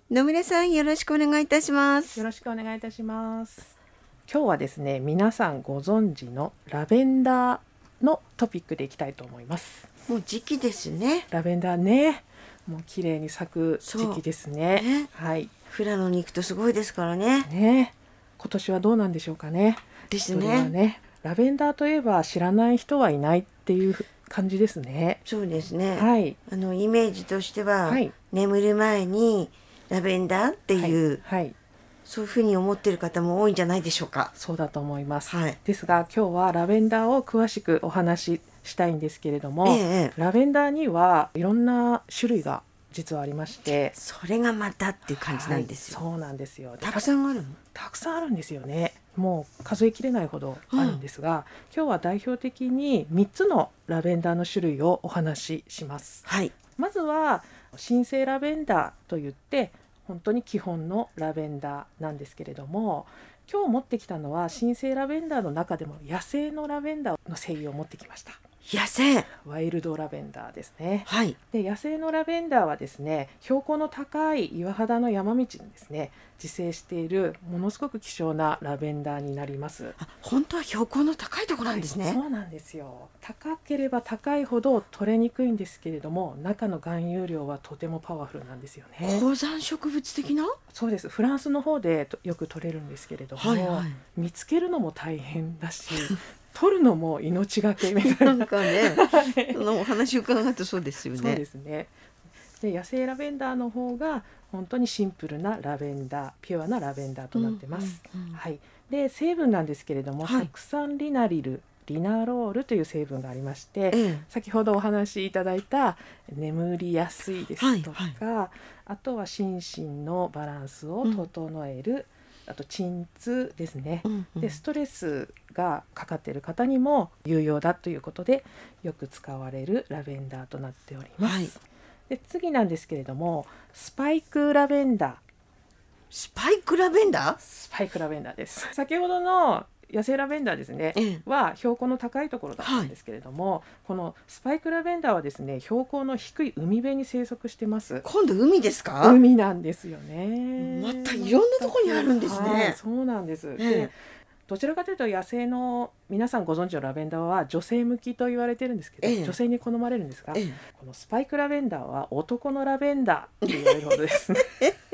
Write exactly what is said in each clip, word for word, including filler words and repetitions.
野村さん、よろしくお願いいたします。 よろしくお願いいたします。今日はですね、皆さんご存知のラベンダーのトピックでいきたいと思います。 もう時期ですね。 ラベンダーね、もう綺麗に咲く時期ですね。 ね、 はい。 富良野に行くとすごいですからね。 ね、今年はどうなんでしょうかね。 ですね。 それはね、ラベンダーといえば知らない人はいないっていう感じですね。 そうですね。 はい。 あのイメージとしては、 はい、 眠る前にラベンダーっていう、 はい、はい、 そういうふうに思っている方も多いんじゃないでしょうか。 そうだと思います。 はい、 ですが今日はラベンダーを詳しくお話ししたいんですけれども、 ええ、 ラベンダーにはいろんな種類が実はありまして、 それがまたっていう感じなんですよ。 はい、そうなんですよ。 たくさんあるの？ たくさんあるんですよね。もう数えきれないほどあるんですが、うん、今日は代表的にみっつのラベンダーの種類をお話しします。 はい、 まずは新生ラベンダーといって本当に基本のラベンダーなんですけれども、今日持ってきたのは新生ラベンダーの中でも野生のラベンダーの精油を持ってきました。 野生ワイルドラベンダーですね。 はい。 で野生のラベンダーはですね、標高の高い岩肌の山道にですね自生しているものすごく希少なラベンダーになります。 あ、本当は標高の高いところなんですね。 はい、そうなんですよ。高ければ高いほど取れにくいんですけれども、中の含有量はとてもパワフルなんですよね。 高山植物的な？ そうです。フランスの方でよく取れるんですけれども、 はいはい、 見つけるのも大変だし取るのも命がけみたいななんかねそのお話伺うとそうですよね。 そうですね。で野生ラベンダーの方が本当にシンプルなラベンダー、ピュアなラベンダーとなってます。うんうんうん、はい。で成分なんですけれども、はい、酢酸リナリル、リナロールという成分がありまして、ええ、先ほどお話しいただいた眠りやすいですとか、はいはい、あとは心身のバランスを整える、うん、あと鎮痛ですね、うんうん、でストレスがかかっている方にも有用だということでよく使われるラベンダーとなっております。はい、で次なんですけれども、スパイクラベンダー。 スパイクラベンダー？ スパイクラベンダーです。先ほどの野生ラベンダーですね、ええ、は標高の高いところだったんですけれども、はい、このスパイクラベンダーはですね、標高の低い海辺に生息してます。 今度海ですか？ 海なんですよね。 またいろんなところにあるんですね。はい、 そうなんです。ええ、 でどちらかというと野生の皆さんご存知のラベンダーは女性向きと言われてるんですけど、ええ、女性に好まれるんですが、ええ、このスパイクラベンダーは男のラベンダーと言われるほどですね。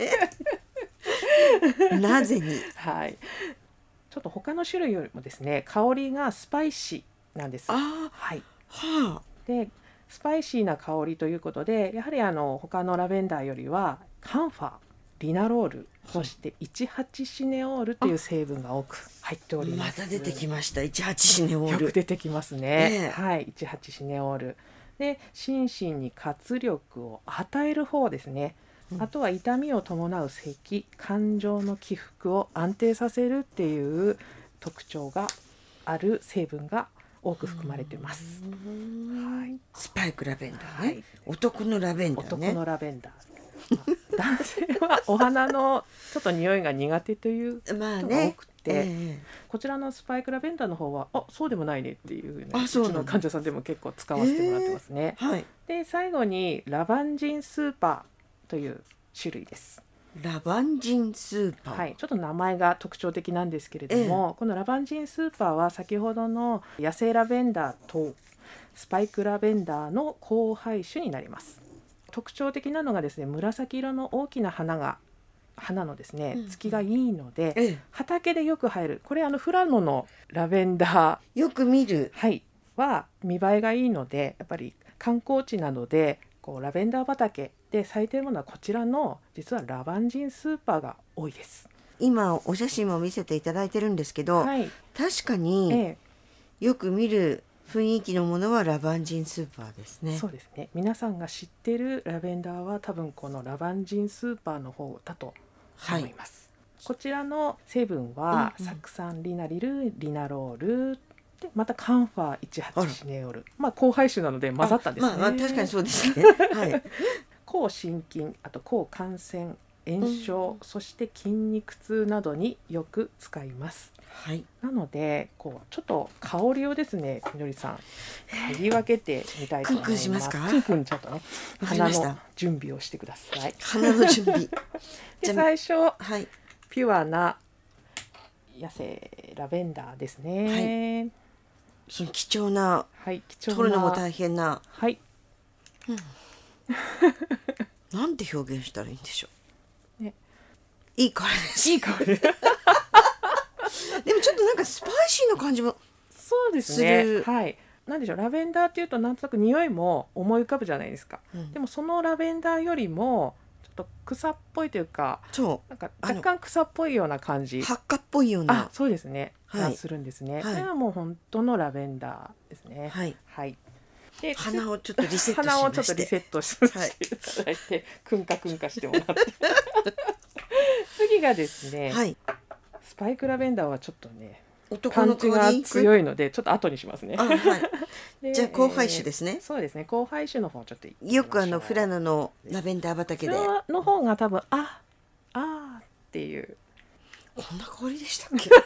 なぜに？ はい、ちょっと他の種類よりもですね、香りがスパイシーなんです。 あ、 はい、 はあ、 でスパイシーな香りということで、やはりあの他のラベンダーよりはカンファー、リナロール、そしていちはちシネオールという成分が多く入っております。 また出てきました。いちはちシネオール。 よく出てきますね。 えー、 はい、いちはちシネオールで心身に活力を与える方ですね。うん、あとは痛みを伴う咳、感情の起伏を安定させるっていう特徴がある成分が多く含まれてます。 はい、スパイクラベンダーね。はい、男のラベンダーね。 男のラベンダー。男性はお花のちょっと匂いが苦手という人が多くて、まあね、えー、こちらのスパイクラベンダーの方はあそうでもないねっていう、ね、うちの患者さんでも結構使わせてもらってますね。えーはい、で最後にラバンジンスーパーという種類です。 ラバンジンスーパー、 はい、ちょっと名前が特徴的なんですけれども、えー、このラバンジンスーパーは先ほどの野生ラベンダーとスパイクラベンダーの交配種になります。特徴的なのがですね、紫色の大きな花が花のですね、つきがいいので、うんうん、畑でよく生える、これあの富良野のラベンダーよく見る、 はい、は見栄えがいいので、やっぱり観光地などでこうラベンダー畑で咲いているものはこちらの実はラバンジンスーパーが多いです。 今お写真も見せていただいてるんですけど、はい、確かに、ええ、よく見る雰囲気のものはラバンジンスーパーですね。 そうですね。皆さんが知っているラベンダーは多分このラバンジンスーパーの方だと思います。はい、こちらの成分は、うんうん、酢酸リナリル、リナロールでまたカンファーいちはちシネオール、まあ交配種なので混ざったんですね。 まあ、まあ確かにそうですね。はい。 抗心筋、あと抗感染炎症、うん、そして筋肉痛などによく使います。 はい、 なのでこうちょっと香りをですね、みのりさん嗅ぎ分けてみたいと思います。 クンクンしますか？ クンクンちょっとね、鼻の準備をしてください。 鼻の準備で最初、 はい、 ピュアな野生ラベンダーですね。はい、 その貴重な、 はい、貴重な取るのも大変な、 はい、 うん、なんて表現したらいいんでしょう、ね、いい香りです。 いい香りでもちょっとなんかスパイシーな感じもそうですね。はい。なんでしょう、ラベンダーっていうとなんとなく匂いも思い浮かぶじゃないですか、うん、でもそのラベンダーよりもちょっと草っぽいというか、 そうなんか若干草っぽいような感じ、 発火っぽいような、 あ、そうですね、 はい、 するんですね、 はい、 これはもう本当のラベンダーですね。 はい、 はい、 で鼻をちょっとリセットしまして鼻をちょっとリセットしていただいて、はい、くんかくんかしてもらって次がですね、はい、スパイクラベンダーはちょっとね男のパンチが強いのでちょっと後にしますね。 あ、はい、じゃあ交配種ですね、 えー、そうですね、交配種の方ちょっとよくあの富良野のラベンダー畑での方が多分ああっていうこんな香りでしたっけ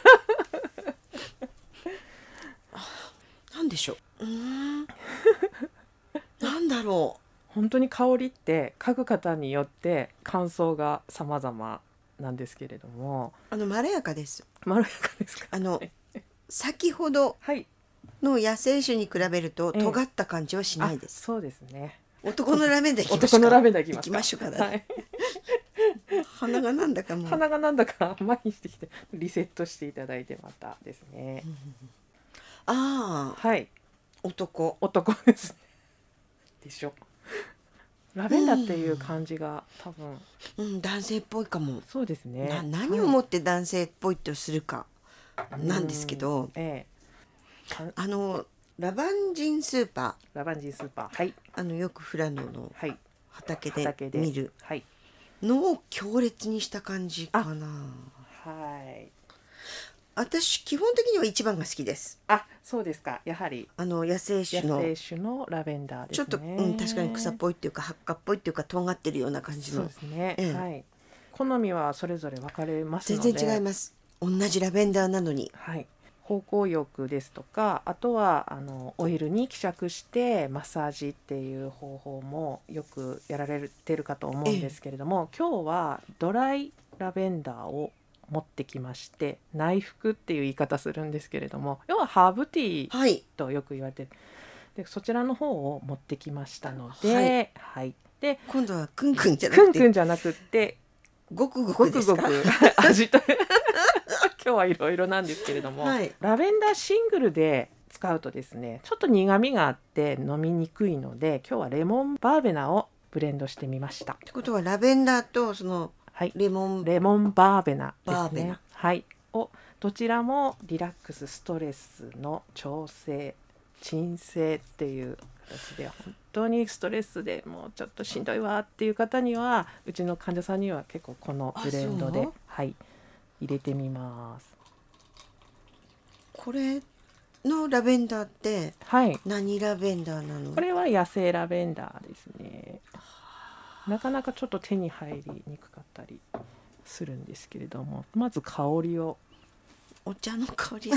なんでしょう、うーんなんだろう、 本当に香りって嗅ぐ方によって感想が様々なんですけれども、 あのまろやかです。 まろやかですか。 あの先ほどの野生種に比べると尖った感じはしないです。 ええ、そうですね。 男のラベンダー行きましょうか。 男のラベンダー行きますか。 行きましょうか、はい、鼻がなんだかもう鼻がなんだか麻痺してきてリセットしていただいてまたですね、うん、 ああ、 はい、 男男ですねでしょ。ラベンダーっていう感じが多分、 うん、男性っぽいかも。 そうですね。 な何をもって男性っぽいとするかなんですけど、 ええ、あのラバンジンスーパーラバンジンスーパー、はい、 あのよく富良野の畑で見るはいのを強烈にした感じかな。 はい、 私基本的にはいちばんが好きです。 あ、そうですか。やはりあの野生種の野生種のラベンダーですね。 ちょっと、うん、確かに草っぽいっていうか発火っぽいっていうか尖ってるような感じの。 そうですね、 ええ、 はい。好みはそれぞれ分かれますので。 全然違います。同じラベンダーなのに、 はい、芳香浴ですとか、あとはあのオイルに希釈してマッサージっていう方法もよくやられてるかと思うんですけれども、ええ、今日はドライラベンダーを持ってきまして、内服っていう言い方するんですけれども、要はハーブティーとよく言われてる、はい、でそちらの方を持ってきましたので、はいはい、で今度はクンクンじゃなくてクンクンじゃなくってごくごくですか、 ごくごく味と今日はいろいろなんですけれども、はい、ラベンダーシングルで使うとですね、ちょっと苦みがあって飲みにくいので、今日はレモンバーベナをブレンドしてみました。 ってことはラベンダーとそのレモン、 はい、レモンバーベナですね。はい、をどちらもリラックス、ストレスの調整、鎮静っていう形で、本当にストレスでもうちょっとしんどいわっていう方には、うちの患者さんには結構このブレンドで、はい、入れてみます。 これのラベンダーって何ラベンダーなの？ これは野生ラベンダーですね。なかなかちょっと手に入りにくかったりするんですけれども、まず香りを。 お茶の香り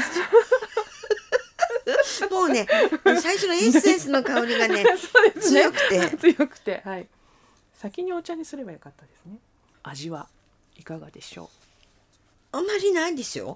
もうね、最初のエッセンスの香りがね強くて強くて、はい、先にお茶にすればよかったですね。味はいかがでしょう？あんまりないですよ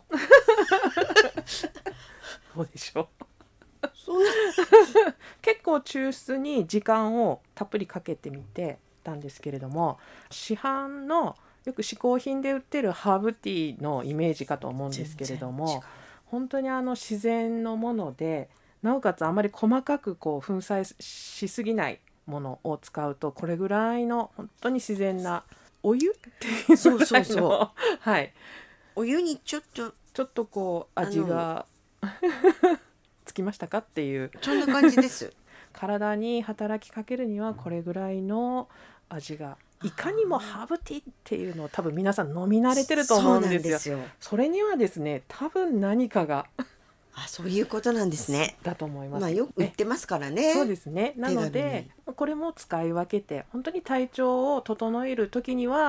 そうでしょうそんな結構抽出に時間をたっぷりかけてみてたんですけれども、市販のよく嗜好品で売ってるハーブティーのイメージかと思うんですけれども、本当にあの自然のもので、なおかつあまり細かくこう粉砕しすぎないものを使うと、これぐらいの本当に自然なお湯っていう、 そうそうそうはい、 お湯にちょっとちょっとこう味がつきましたかっていう、 そんな感じです体に働きかけるにはこれぐらいの味が、いかにもハーブティーっていうのを多分皆さん飲み慣れてると思うんですよ。 そうなんですよ。それにはですね、多分何かがあ、そういうことなんですね。 だと思います。 まあ、よく売ってますからね。 そうですね。なのでこれも使い分けて、本当に体調を整える時には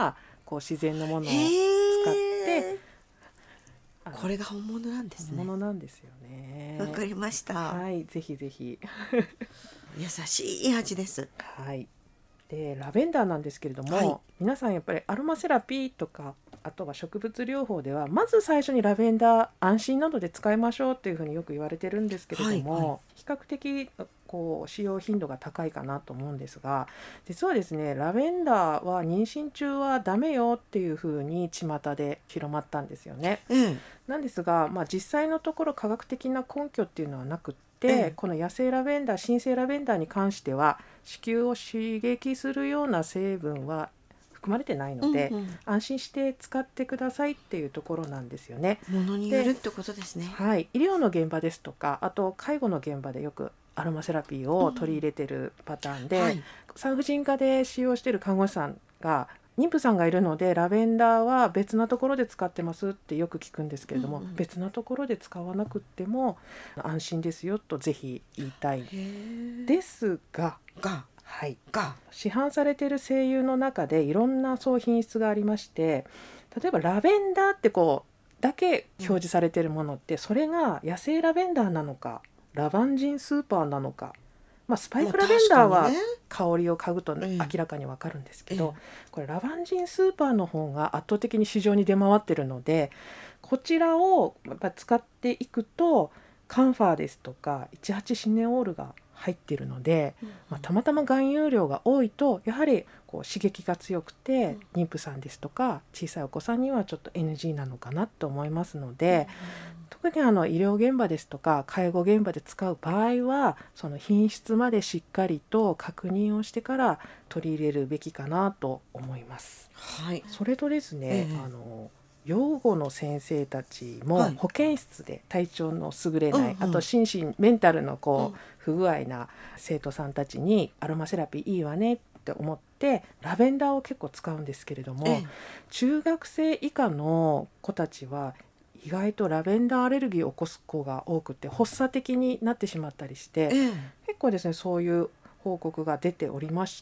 こう自然のものを使ってこれが本物なんですね。 本物なんですよね。 わかりました。 はい、ぜひぜひ優しい味です。 はい。でラベンダーなんですけれども、はい、皆さんやっぱりアロマセラピーとかあとは植物療法ではまず最初にラベンダー安心などで使いましょうっていうふうによく言われてるんですけれども、はいはい、比較的こう使用頻度が高いかなと思うんですが、実はですねラベンダーは妊娠中はダメよっていうふうに巷で広まったんですよね、うん、なんですが、まあ、実際のところ科学的な根拠っていうのはなくってでこの野生ラベンダー、新生ラベンダーに関しては子宮を刺激するような成分は含まれてないので、うんうん、安心して使ってくださいっていうところなんですよね。 ものによるってことですね。 はい、医療の現場ですとかあと介護の現場でよくアロマセラピーを取り入れてるパターンで、うんはい、産婦人科で使用している看護師さんが妊婦さんがいるのでラベンダーは別なところで使ってますってよく聞くんですけれども、うんうん、別なところで使わなくっても安心ですよとぜひ言いたいですががはい、市販されている精油の中でいろんなそう品質がありまして、例えばラベンダーってこうだけ表示されているものって、うん、それが野生ラベンダーなのかラバンジンスーパーなのか、まあ、スパイクラベンダーは香りを嗅ぐと明らかに分かるんですけど、うん、これラバンジンスーパーの方が圧倒的に市場に出回っているので、こちらをやっぱ使っていくとカンファーですとかじゅうはちシネオールが入っているので、うんまあ、たまたま含有量が多いとやはりこう刺激が強くて、うん、妊婦さんですとか小さいお子さんにはちょっと エヌジー なのかなと思いますので、うん、特にあの医療現場ですとか介護現場で使う場合はその品質までしっかりと確認をしてから取り入れるべきかなと思います。 はい、 それとですね、えー、あの養護の先生たちも保健室で体調の優れない、はい、あと心身メンタルのこう不具合な生徒さんたちにアロマセラピーいいわねって思ってラベンダーを結構使うんですけれども、ええ、中学生以下の子たちは意外とラベンダーアレルギーを起こす子が多くて発作的になってしまったりして、え、結構ですねそういう報告が出ておりまして、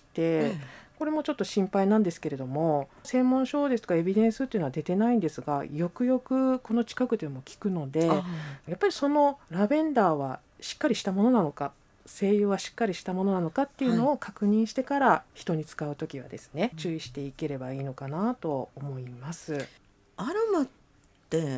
これもちょっと心配なんですけれども、専門書ですとかエビデンスっていうのは出てないんですが、よくよくこの近くでも聞くので、やっぱりそのラベンダーはしっかりしたものなのか、精油はしっかりしたものなのかっていうのを確認してから人に使うときはですね、はい、注意していければいいのかなと思います。 アロマって、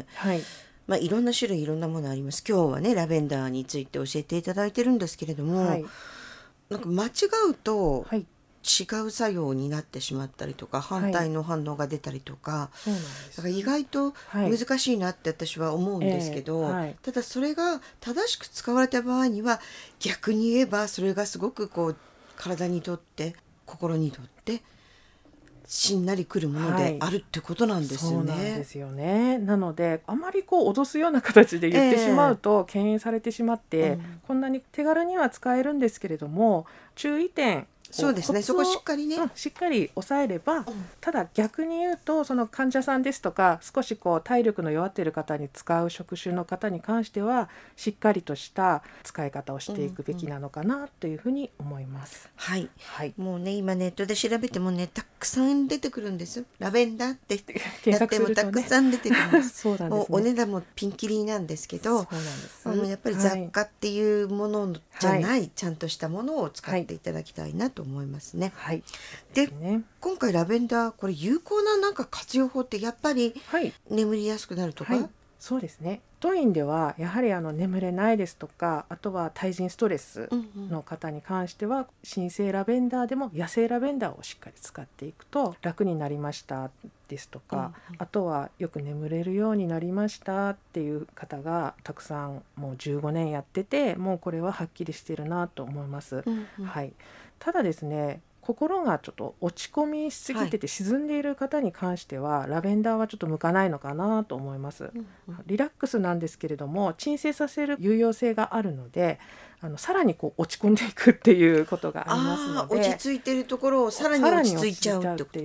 はいまあ、いろんな種類いろんなものあります。今日はねラベンダーについて教えていただいてるんですけれども、はい、なんか間違うと、はい違う作用になってしまったりとか反対の反応が出たりとか、はい、だから意外と難しいなって私は思うんですけど、はいえーはい、ただそれが正しく使われた場合には逆に言えばそれがすごくこう体にとって心にとってしんなりくるものであるってことなんですよね。 そうなんですよね。なのであまりこう脅すような形で言ってしまうと敬遠されてしまって、えーうん、こんなに手軽には使えるんですけれども注意点そうですね、そこしっかりね、 うん、しっかり抑えれば、うん、ただ逆に言うとその患者さんですとか少しこう体力の弱っている方に使う職種の方に関してはしっかりとした使い方をしていくべきなのかなというふうに思います、 うんうん、はい、はい、もうね今ネットで調べてもねたくさん出てくるんです。ラベンダーって検索すると、ね、やってもたくさん出てくるんですそうなんです、ね、お値段もピンキリなんですけど、そうなんです。あのやっぱり雑貨っていうものじゃない、はい、ちゃんとしたものを使っていただきたいなと思いますね。はい、で、ね、今回ラベンダーこれ有効ななんか活用法ってやっぱり眠りやすくなるとか、はいはい、 そうですね。当院ではやはりあの眠れないですとかあとは対人ストレスの方に関しては、うんうん、新生ラベンダーでも野生ラベンダーをしっかり使っていくと楽になりましたですとか、うんうん、あとはよく眠れるようになりましたっていう方がたくさんもうじゅうごねんやっててもうこれははっきりしてるなと思います、うんうん、はい、ただですね心がちょっと落ち込みしすぎてて沈んでいる方に関しては、はい、ラベンダーはちょっと向かないのかなと思います、うんうん、リラックスなんですけれども鎮静させる有用性があるのであのさらにこう落ち込んでいくっていうことがありますので、 あ落ち着いているところをさらに落ち着いちゃうっていう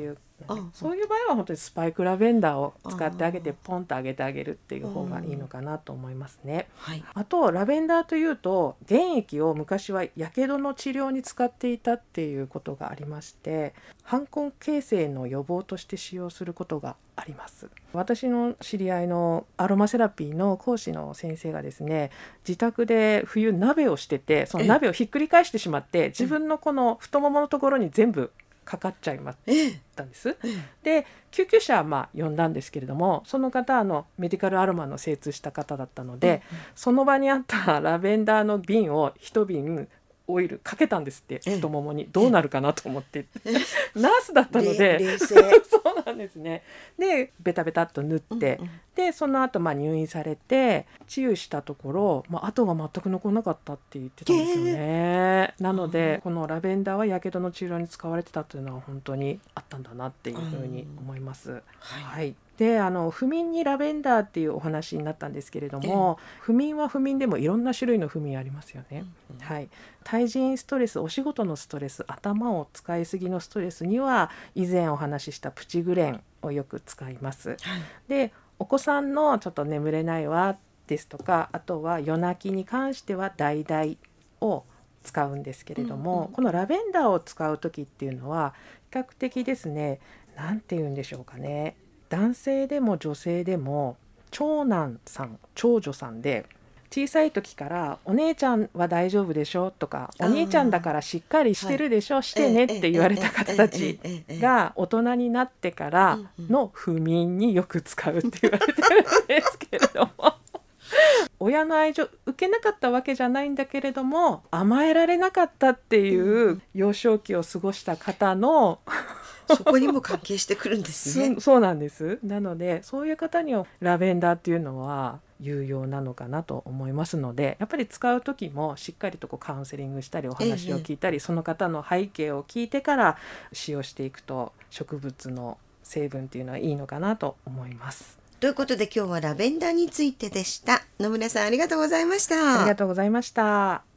よね。そういう場合は本当にスパイクラベンダーを使ってあげてポンとあげてあげるっていう方がいいのかなと思いますね。はい、あとラベンダーというと原液を昔はやけどの治療に使っていたっていうことがありまして、斑根形成の予防として使用することがあります。私の知り合いのアロマセラピーの講師の先生がですね、自宅で冬鍋をしてて、その鍋をひっくり返してしまって自分のこの太もものところに全部かかっちゃいましたんです。で救急車はまあ呼んだんですけれども、その方はあのメディカルアロマの精通した方だったので、うんうん、その場にあったラベンダーの瓶を一瓶オイルかけたんですって、太ももに。どうなるかなと思ってナースだったので冷静そうなんですね。でベタベタっと塗って、うんうん、でその後まあ入院されて治癒したところ、まあ、跡が全く残らなかったって言ってたんですよね。なのでこのラベンダーはやけどの治療に使われてたというのは本当にあったんだなっていうふうに思います。はい、はい、であの不眠にラベンダーっていうお話になったんですけれども、不眠は不眠でもいろんな種類の不眠ありますよね。うんうん、はい、対人ストレス、お仕事のストレス、頭を使いすぎのストレスには以前お話ししたプチグレンをよく使います。はい、でお子さんのちょっと眠れないわですとか、あとは夜泣きに関しては橙を使うんですけれども、うんうん、このラベンダーを使う時っていうのは比較的ですね、なんて言うんでしょうかね、男性でも女性でも長男さん長女さんで小さい時からお姉ちゃんは大丈夫でしょとか、お兄ちゃんだからしっかりしてるでしょ、してねって言われた方たちが大人になってからの不眠によく使うって言われてるんですけれども親の愛情受けなかったわけじゃないんだけれども、甘えられなかったっていう幼少期を過ごした方のそこにも関係してくるんですね。 そ, そうなんです。なのでそういう方にはラベンダーっていうのは有用なのかなと思いますので、やっぱり使う時もしっかりとこうカウンセリングしたりお話を聞いたり、ええ、その方の背景を聞いてから使用していくと植物の成分っていうのはいいのかなと思います。 ということで今日はラベンダーについてでした。野村さんありがとうございました。 ありがとうございました。